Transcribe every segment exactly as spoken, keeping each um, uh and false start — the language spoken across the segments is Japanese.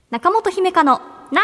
中本姫香のな。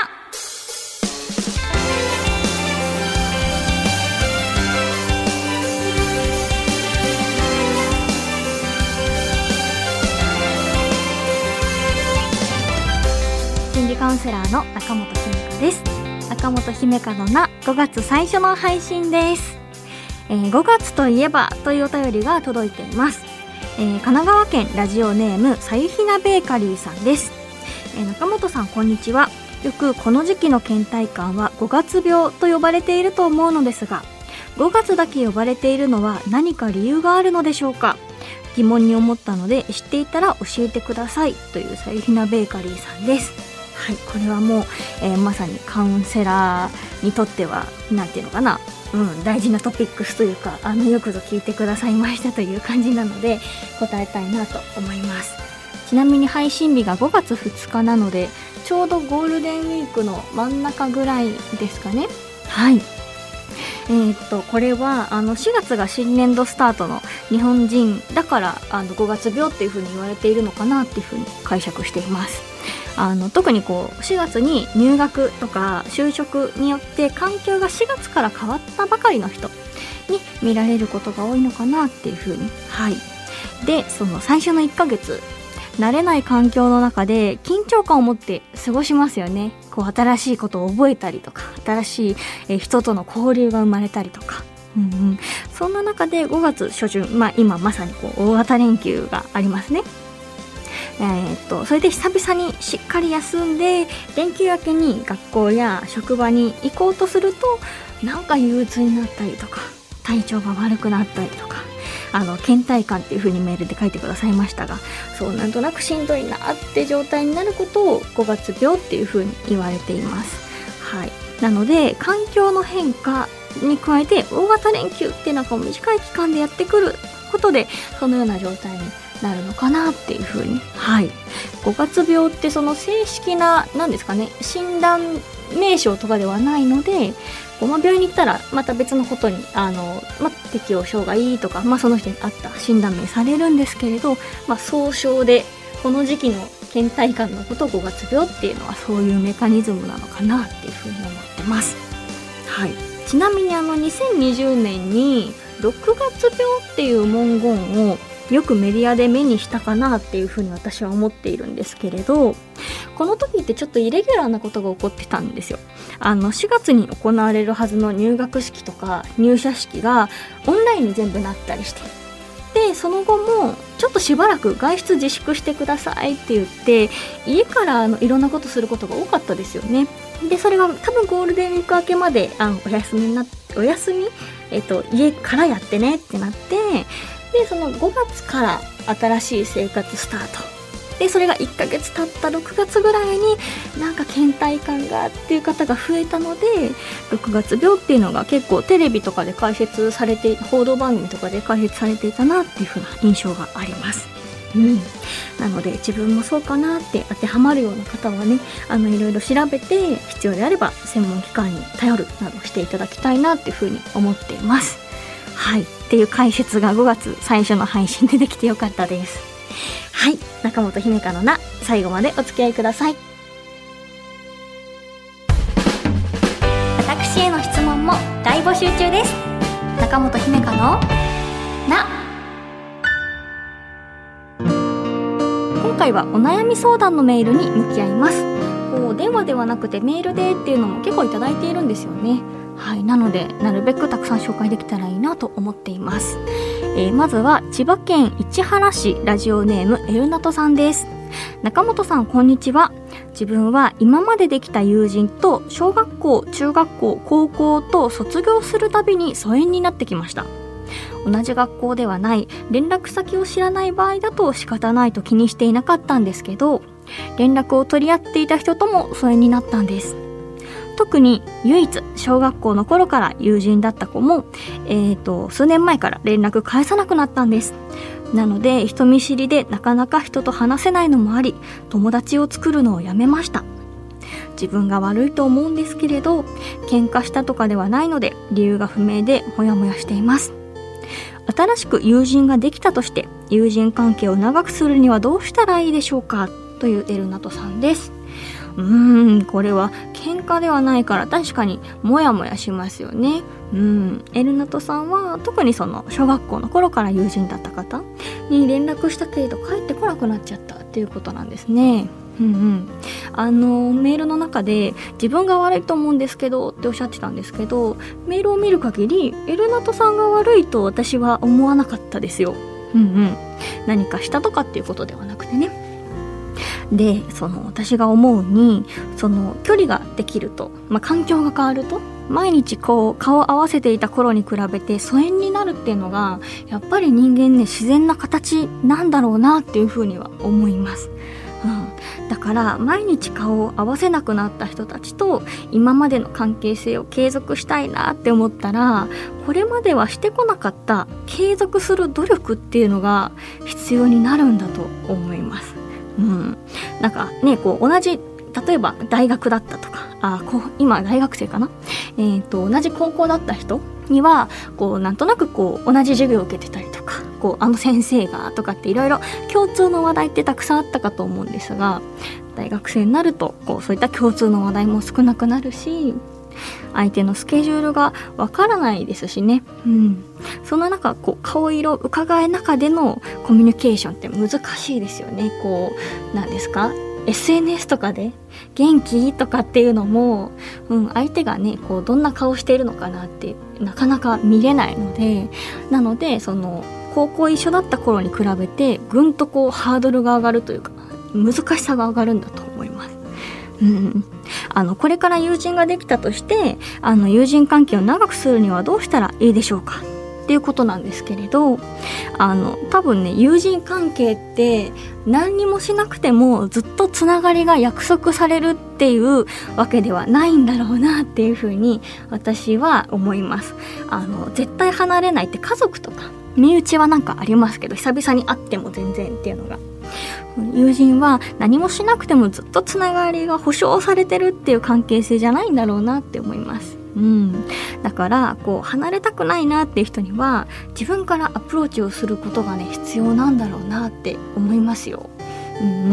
心理カウンセラーの中本姫香です。中本姫香のなごがつ最初の配信です。えー、ごがつといえばというお便りが届いています。えー、神奈川県ラジオネームさゆひなベーカリーさんです。えー、中本さんこんにちは。よくこの時期の倦怠感はごがつ病と呼ばれていると思うのですが、ごがつだけ呼ばれているのは何か理由があるのでしょうか。疑問に思ったので知っていたら教えてくださいというさゆひなベーカリーさんです。はい、これはもう、えー、まさにカウンセラーにとってはなんていうのかな、うん、大事なトピックスというか、あのよくぞ聞いてくださいましたという感じなので答えたいなと思います。ちなみに配信日がごがつふつかなのでちょうどゴールデンウィークの真ん中ぐらいですかね。はい、えー、っとこれはあのしがつが新年度スタートの日本人だからあのごがつ病っていう風に言われているのかなっていう風に解釈しています。あの特にこうしがつに入学とか就職によって環境がしがつから変わったばかりの人に見られることが多いのかなっていう風に。はい、でその最初のいっかげつ慣れない環境の中で緊張感を持って過ごしますよね。こう新しいことを覚えたりとか新しいえ人との交流が生まれたりとか、うんうん、そんな中でごがつ初旬、まあ、今まさにこう大型連休がありますね。えー、っとそれで久々にしっかり休んで連休明けに学校や職場に行こうとするとなんか憂鬱になったりとか体調が悪くなったりとか、あの倦怠感っていう風にメールで書いてくださいましたが、そうなんとなくしんどいなって状態になることをごがつ病っていう風に言われています。はい、なので環境の変化に加えて大型連休っていうのが短い期間でやってくることでそのような状態になるのかなっていう風に。はい、ごがつ病ってその正式な何ですかね診断名称とかではないので、ごま病院に行ったらまた別のことにあの、ま、適応障害とか、まあ、その人に合った診断名されるんですけれど、まあ、総称でこの時期の倦怠感のことをごがつ病っていうのはそういうメカニズムなのかなっていうふうに思ってます。はい、ちなみにあのにせんにじゅうねんにろくがつ病っていう文言をよくメディアで目にしたかなっていうふうに私は思っているんですけれど、この時ってちょっとイレギュラーなことが起こってたんですよ。あのしがつに行われるはずの入学式とか入社式がオンラインに全部なったりして、でその後もちょっとしばらく外出自粛してくださいって言って家からあのいろんなことすることが多かったですよね。でそれが多分ゴールデンウィーク明けまであのお休みになっお休み、えっと、家からやってねってなって、でそのごがつから新しい生活スタートで、それがいっかげつ経ったろくがつぐらいになんか倦怠感がっていう方が増えたので、ろくがつ病っていうのが結構テレビとかで解説されて、報道番組とかで解説されていたなっていう風な印象があります。うん、なので自分もそうかなって当てはまるような方はね、あのいろいろ調べて必要であれば専門機関に頼るなどしていただきたいなっていう風に思っています。はい、っていう解説がごがつ最初の配信でできてよかったです。はい、中本姫香のな、最後までお付き合いください。私への質問も大募集中です。中本姫香のな。今回はお悩み相談のメールに向き合います。こう電話ではなくてメールでっていうのも結構いただいているんですよね。はい、なのでなるべくたくさん紹介できたらいいなと思っています。えー、まずは千葉県市原市ラジオネームエルナトさんです。中本さんこんにちは。自分は今までできた友人と小学校、中学校、高校と卒業するたびに疎遠になってきました。同じ学校ではない、連絡先を知らない場合だと仕方ないと気にしていなかったんですけど、連絡を取り合っていた人とも疎遠になったんです。特に唯一小学校の頃から友人だった子も、えーと、数年前から連絡返さなくなったんです。なので人見知りでなかなか人と話せないのもあり、友達を作るのをやめました。自分が悪いと思うんですけれど、喧嘩したとかではないので理由が不明でモヤモヤしています。新しく友人ができたとして友人関係を長くするにはどうしたらいいでしょうか、というエルナトさんです。 うーんこれは喧嘩ではないから確かにモヤモヤしますよね。うんエルナトさんは特にその小学校の頃から友人だった方に連絡したけれど帰ってこなくなっちゃったっていうことなんですね。うんうん、あのメールの中で自分が悪いと思うんですけどっておっしゃってたんですけど、メールを見る限りエルナトさんが悪いと私は思わなかったですよ。うんうん、何かしたとかっていうことではなくてね。でその私が思うにその距離ができると、まあ、環境が変わると毎日こう顔を合わせていた頃に比べて疎遠になるっていうのがやっぱり人間ね自然な形なんだろうなっていうふうには思います。うん、だから毎日顔を合わせなくなった人たちと今までの関係性を継続したいなって思ったら、これまではしてこなかった継続する努力っていうのが必要になるんだと思います。うん、なんかねこう同じ例えば大学だったとかあこう今大学生かな、えーと同じ高校だった人にはこうなんとなくこう同じ授業を受けてたりとかこうあの先生がとかっていろいろ共通の話題ってたくさんあったかと思うんですが、大学生になるとこうそういった共通の話題も少なくなるし、相手のスケジュールがわからないですしね、うん、その中こう顔色を伺え中でのコミュニケーションって難しいですよね。こうなんですかエスエヌエス とかで元気とかっていうのも、うん、相手がねこうどんな顔しているのかなってなかなか見れないので、なのでその高校一緒だった頃に比べてぐんとこうハードルが上がるというか難しさが上がるんだと思います。うん、あのこれから友人ができたとしてあの友人関係を長くするにはどうしたらいいでしょうかっていうことなんですけれど、あの多分ね友人関係って何にもしなくてもずっとつながりが約束されるっていうわけではないんだろうなっていうふうに私は思います。あの絶対離れないって家族とか身内はなんかありますけど、久々に会っても全然っていうのが、友人は何もしなくてもずっとつながりが保証されてるっていう関係性じゃないんだろうなって思います。うん、だからこう離れたくないなっていう人には自分からアプローチをすることがね必要なんだろうなって思いますよ。うんうん、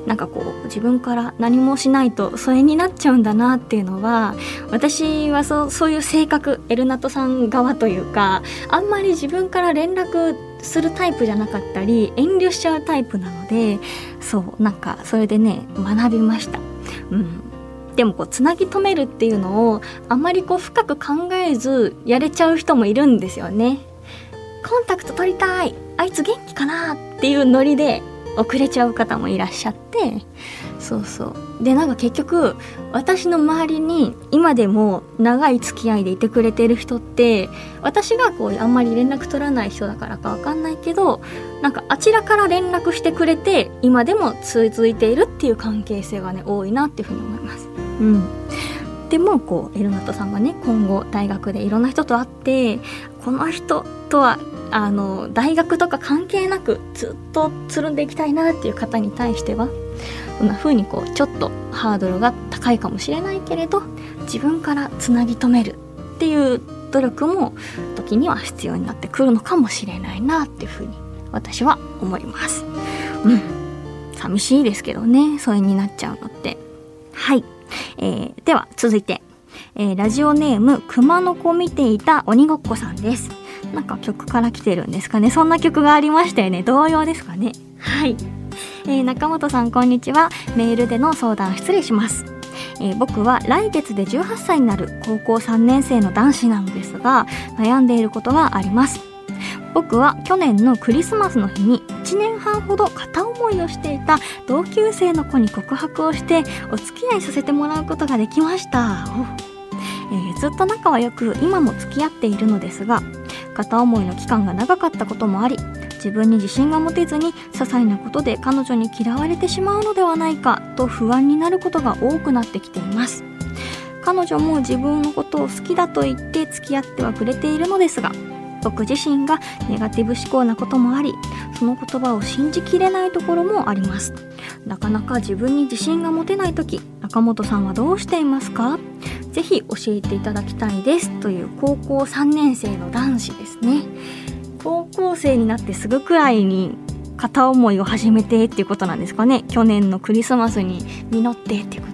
なんかこう自分から何もしないと疎遠になっちゃうんだなっていうのは、私はそ う, そういう性格エルナトさん側というかあんまり自分から連絡するタイプじゃなかったり遠慮しちゃうタイプなので、そうなんかそれでね学びました。うんでもこうつなぎ止めるっていうのをあまりこう深く考えずやれちゃう人もいるんですよね。コンタクト取りたい、あいつ元気かなっていうノリで遅れちゃう方もいらっしゃって、そうそうでなんか結局私の周りに今でも長い付き合いでいてくれてる人って私がこうあんまり連絡取らない人だからかわかんないけど、なんかあちらから連絡してくれて今でも続いているっていう関係性がね多いなっていうふうに思います。うん、でもこうエルナトさんがね今後大学でいろんな人と会ってこの人とはあの大学とか関係なくずっとつるんでいきたいなっていう方に対してはこんな風にこうちょっとハードルが高いかもしれないけれど自分からつなぎ止めるっていう努力も時には必要になってくるのかもしれないなっていう風に私は思います。うん、寂しいですけどね疎遠になっちゃうのって。はい、えー、では続いて、えー、ラジオネーム熊の子見ていた鬼ごっこさんです。なんか曲から来てるんですかね。そんな曲がありましたよね。童謡ですかね。はい、えー、中本さんこんにちは。メールでの相談失礼します。えー、僕は来月でじゅうはっさいになる高校さんねん生の男子なのですが悩んでいることがあります。僕は去年のクリスマスの日にいちねんはんほど片思いをしていた同級生の子に告白をしてお付き合いさせてもらうことができました。えー、ずっと仲は良く今も付き合っているのですが片思いの期間が長かったこともあり自分に自信が持てずに些細なことで彼女に嫌われてしまうのではないかと不安になることが多くなってきています。彼女も自分のことを好きだと言って付き合ってはくれているのですが僕自身がネガティブ思考なこともありその言葉を信じきれないところもあります。なかなか自分に自信が持てないとき中本さんはどうしていますか？ぜひ教えていただきたいですという高校さんねん生の男子ですね。高校生になってすぐくらいに片思いを始めてっていうことなんですかね。去年のクリスマスに実ってっていうこと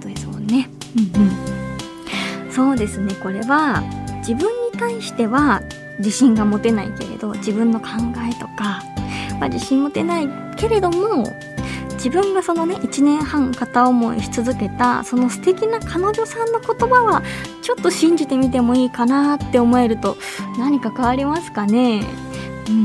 んね。うんうん。そうですね、これは自分に対しては自信が持てないけれど、自分の考えとか、まあ、自信持てないけれども、自分がそのねいちねんはん片思いし続けたその素敵な彼女さんの言葉はちょっと信じてみてもいいかなって思えると、何か変わりますかね。うんうん、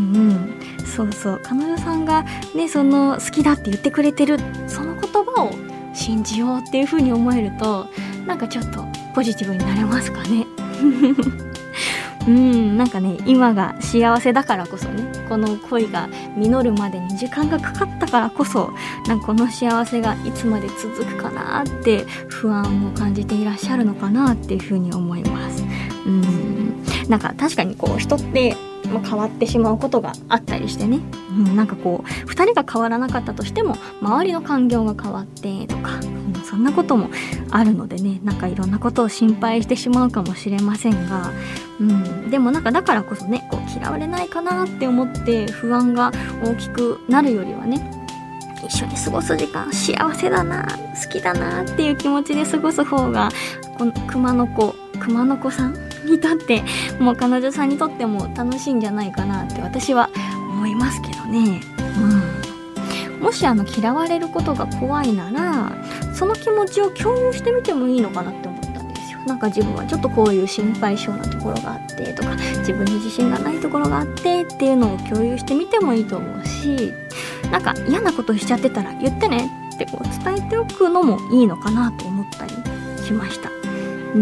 そうそう、彼女さんがねその好きだって言ってくれてるその言葉を信じようっていう風に思えると、なんかちょっとポジティブになれますかね。うん、なんかね今が幸せだからこそね、この恋が実るまでに時間がかかったからこそ、なんかこの幸せがいつまで続くかなって不安を感じていらっしゃるのかなっていうふうに思います。うん、なんか確かにこう人って変わってしまうことがあったりしてね、うん、なんかこうふたりが変わらなかったとしても周りの環境が変わってとか、うん、そんなこともあるのでね、なんかいろんなことを心配してしまうかもしれませんが、うん、でもなんかだからこそね、こう嫌われないかなって思って不安が大きくなるよりはね、一緒に過ごす時間幸せだな、好きだなっていう気持ちで過ごす方が、この熊の子熊の子さんにとってもう彼女さんにとっても楽しいんじゃないかなって私は思いますけどね。うん、もしあの嫌われることが怖いなら、その気持ちを共有してみてもいいのかなって思ったんですよ。なんか自分はちょっとこういう心配性なところがあってとか、自分に自信がないところがあってっていうのを共有してみてもいいと思うし、なんか嫌なことしちゃってたら言ってねってこう伝えておくのもいいのかなと思ったりしました。うん、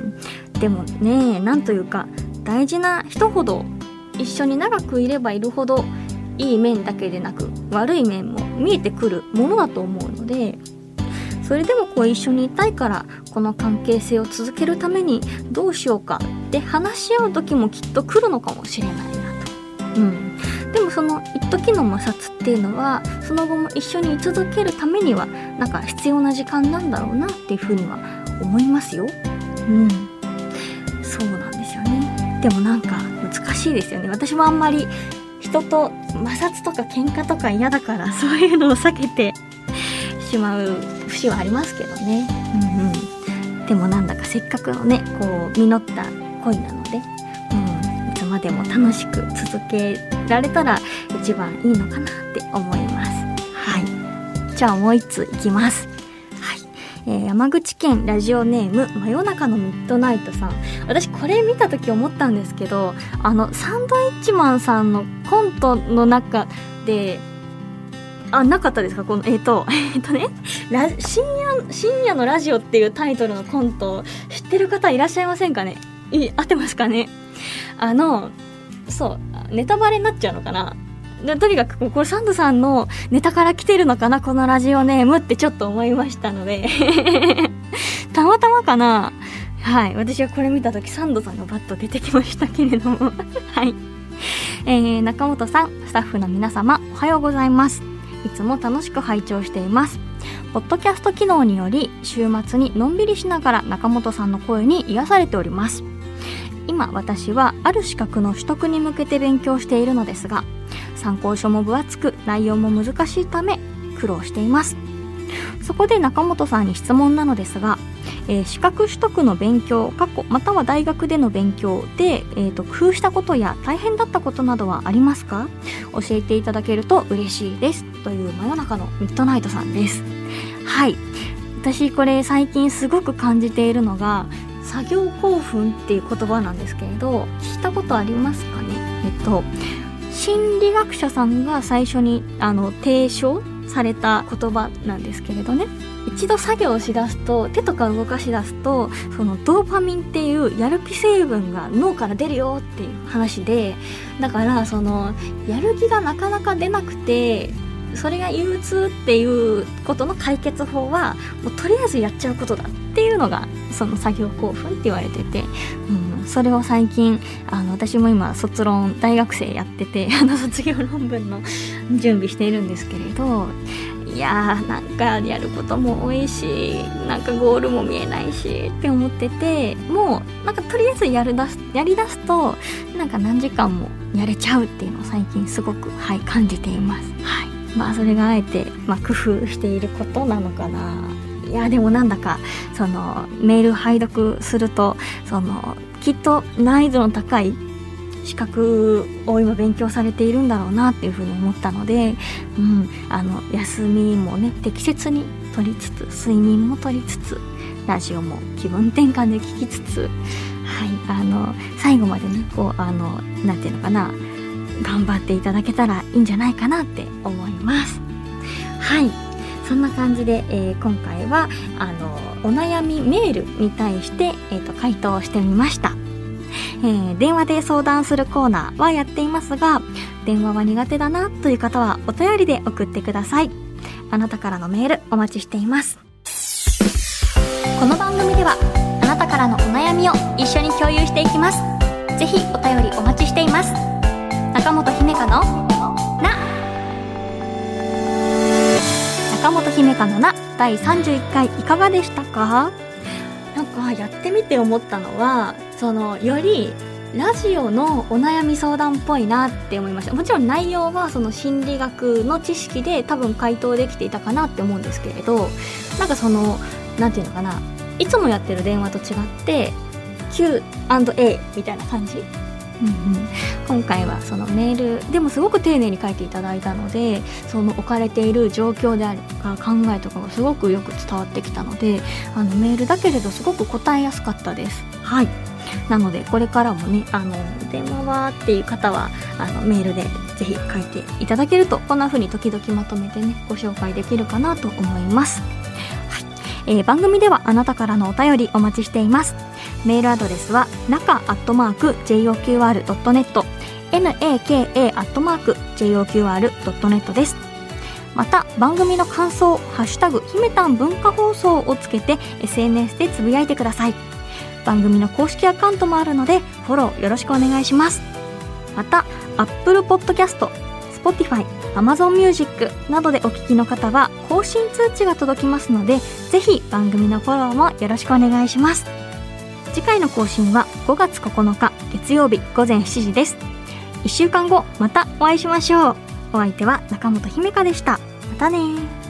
でもね、なんというか大事な人ほど一緒に長くいればいるほどいい面だけでなく悪い面も見えてくるものだと思うので、それでもこう一緒にいたいからこの関係性を続けるためにどうしようかって話し合う時もきっと来るのかもしれないなと。うん、でもその一時の摩擦っていうのはその後も一緒に居続けるためにはなんか必要な時間なんだろうなっていうふうには思いますよ。うん、そうなんですよね。でもなんか難しいですよね。私もあんまり人と摩擦とか喧嘩とか嫌だから、そういうのを避けてしまう節はありますけどね。うんうん、でもなんだかせっかくのねこう実った恋なので、うん、いつまでも楽しく続けられたら一番いいのかなって思います。はい、じゃあもう一ついきます。えー、山口県ラジオネーム真夜中のミッドナイトさん。私これ見た時思ったんですけど、あのサンドイッチマンさんのコントの中で、あ、なかったですか、このえっ、ー、とえっ、ー、とねラ深夜深夜のラジオっていうタイトルのコント知ってる方いらっしゃいませんかね。い合ってますかね。あのそうネタバレになっちゃうのかな。でとにかくこれサンドさんのネタから来てるのかなこのラジオネームってちょっと思いましたのでたまたまかな。はい、私はこれ見た時サンドさんがバッと出てきましたけれどもはい、えー、中本さん、スタッフの皆様おはようございます。いつも楽しく拝聴しています。ポッドキャスト機能により週末にのんびりしながら中本さんの声に癒されております。今私はある資格の取得に向けて勉強しているのですが、参考書も分厚く内容も難しいため苦労しています。そこで中本さんに質問なのですが、えー、資格取得の勉強過去または大学での勉強で、えーと、工夫したことや大変だったことなどはありますか？教えていただけると嬉しいです、という真夜中のミッドナイトさんです。はい、私これ最近すごく感じているのが作業興奮っていう言葉なんですけれど、聞いたことありますかね。えっと心理学者さんが最初にあの提唱された言葉なんですけれどね、一度作業をしだすと手とか動かしだすとそのドーパミンっていうやる気成分が脳から出るよっていう話で、だからそのやる気がなかなか出なくてそれが憂鬱っていうことの解決法はもうとりあえずやっちゃうことだっていうのがその作業興奮って言われてて、うん、それを最近あの私も今卒論大学生やっててあの卒業論文の準備しているんですけれど、いやーなんかやることも多いしなんかゴールも見えないしって思ってて、もうなんかとりあえずやるだすやりだすとなんか何時間もやれちゃうっていうのを最近すごく、はい、感じています。はい、まあそれがあえて、まあ、工夫していることなのかな。 いやでもなんだかそのメール拝読するとそのきっと難易度の高い資格を今勉強されているんだろうなっていうふうに思ったので、うん、あの休みもね適切に取りつつ睡眠も取りつつラジオも気分転換で聞きつつ、はい、あの最後までねこうあのなんていうのかな頑張っていただけたらいいんじゃないかなって思います。はい、そんな感じで、えー、今回はあのお悩みメールに対して、えーと、回答してみました。えー、電話で相談するコーナーはやっていますが、電話は苦手だなという方はお便りで送ってください。あなたからのメールお待ちしています。この番組ではあなたからのお悩みを一緒に共有していきます。ぜひお便りお待ちしています。中本姫香のな中本姫香のなだいさんじゅういっかいいかがでしたか？なんかやってみて思ったのはそのよりラジオのお悩み相談っぽいなって思いました。もちろん内容はその心理学の知識で多分回答できていたかなって思うんですけれど、なんかそのなんていうのかないつもやってる電話と違って キューアンドエー みたいな感じ、うんうん、今回はそのメールでもすごく丁寧に書いていただいたのでその置かれている状況であるとか考えとかがすごくよく伝わってきたのであのメールだけれどすごく答えやすかったです。はい、なのでこれからもねあの電話はっていう方はあのメールでぜひ書いていただけるとこんな風に時々まとめてねご紹介できるかなと思います。はい、えー、番組ではあなたからのお便りお待ちしています。メールアドレスはなかアットマーク ジェイオーキューアールドットネット ナカ アットマーク ジェイオーキューアールドットネット です。また番組の感想ハッシュタグひめたん文化放送をつけて エスエヌエス でつぶやいてください。番組の公式アカウントもあるのでフォローよろしくお願いします。また Apple Podcast、Spotify、Amazon Music などでお聞きの方は更新通知が届きますのでぜひ番組のフォローもよろしくお願いします。次回の更新はごがつここのか月曜日ごぜんしちじです。いっしゅうかんごまたお会いしましょう。お相手は中本姫香でした。またね。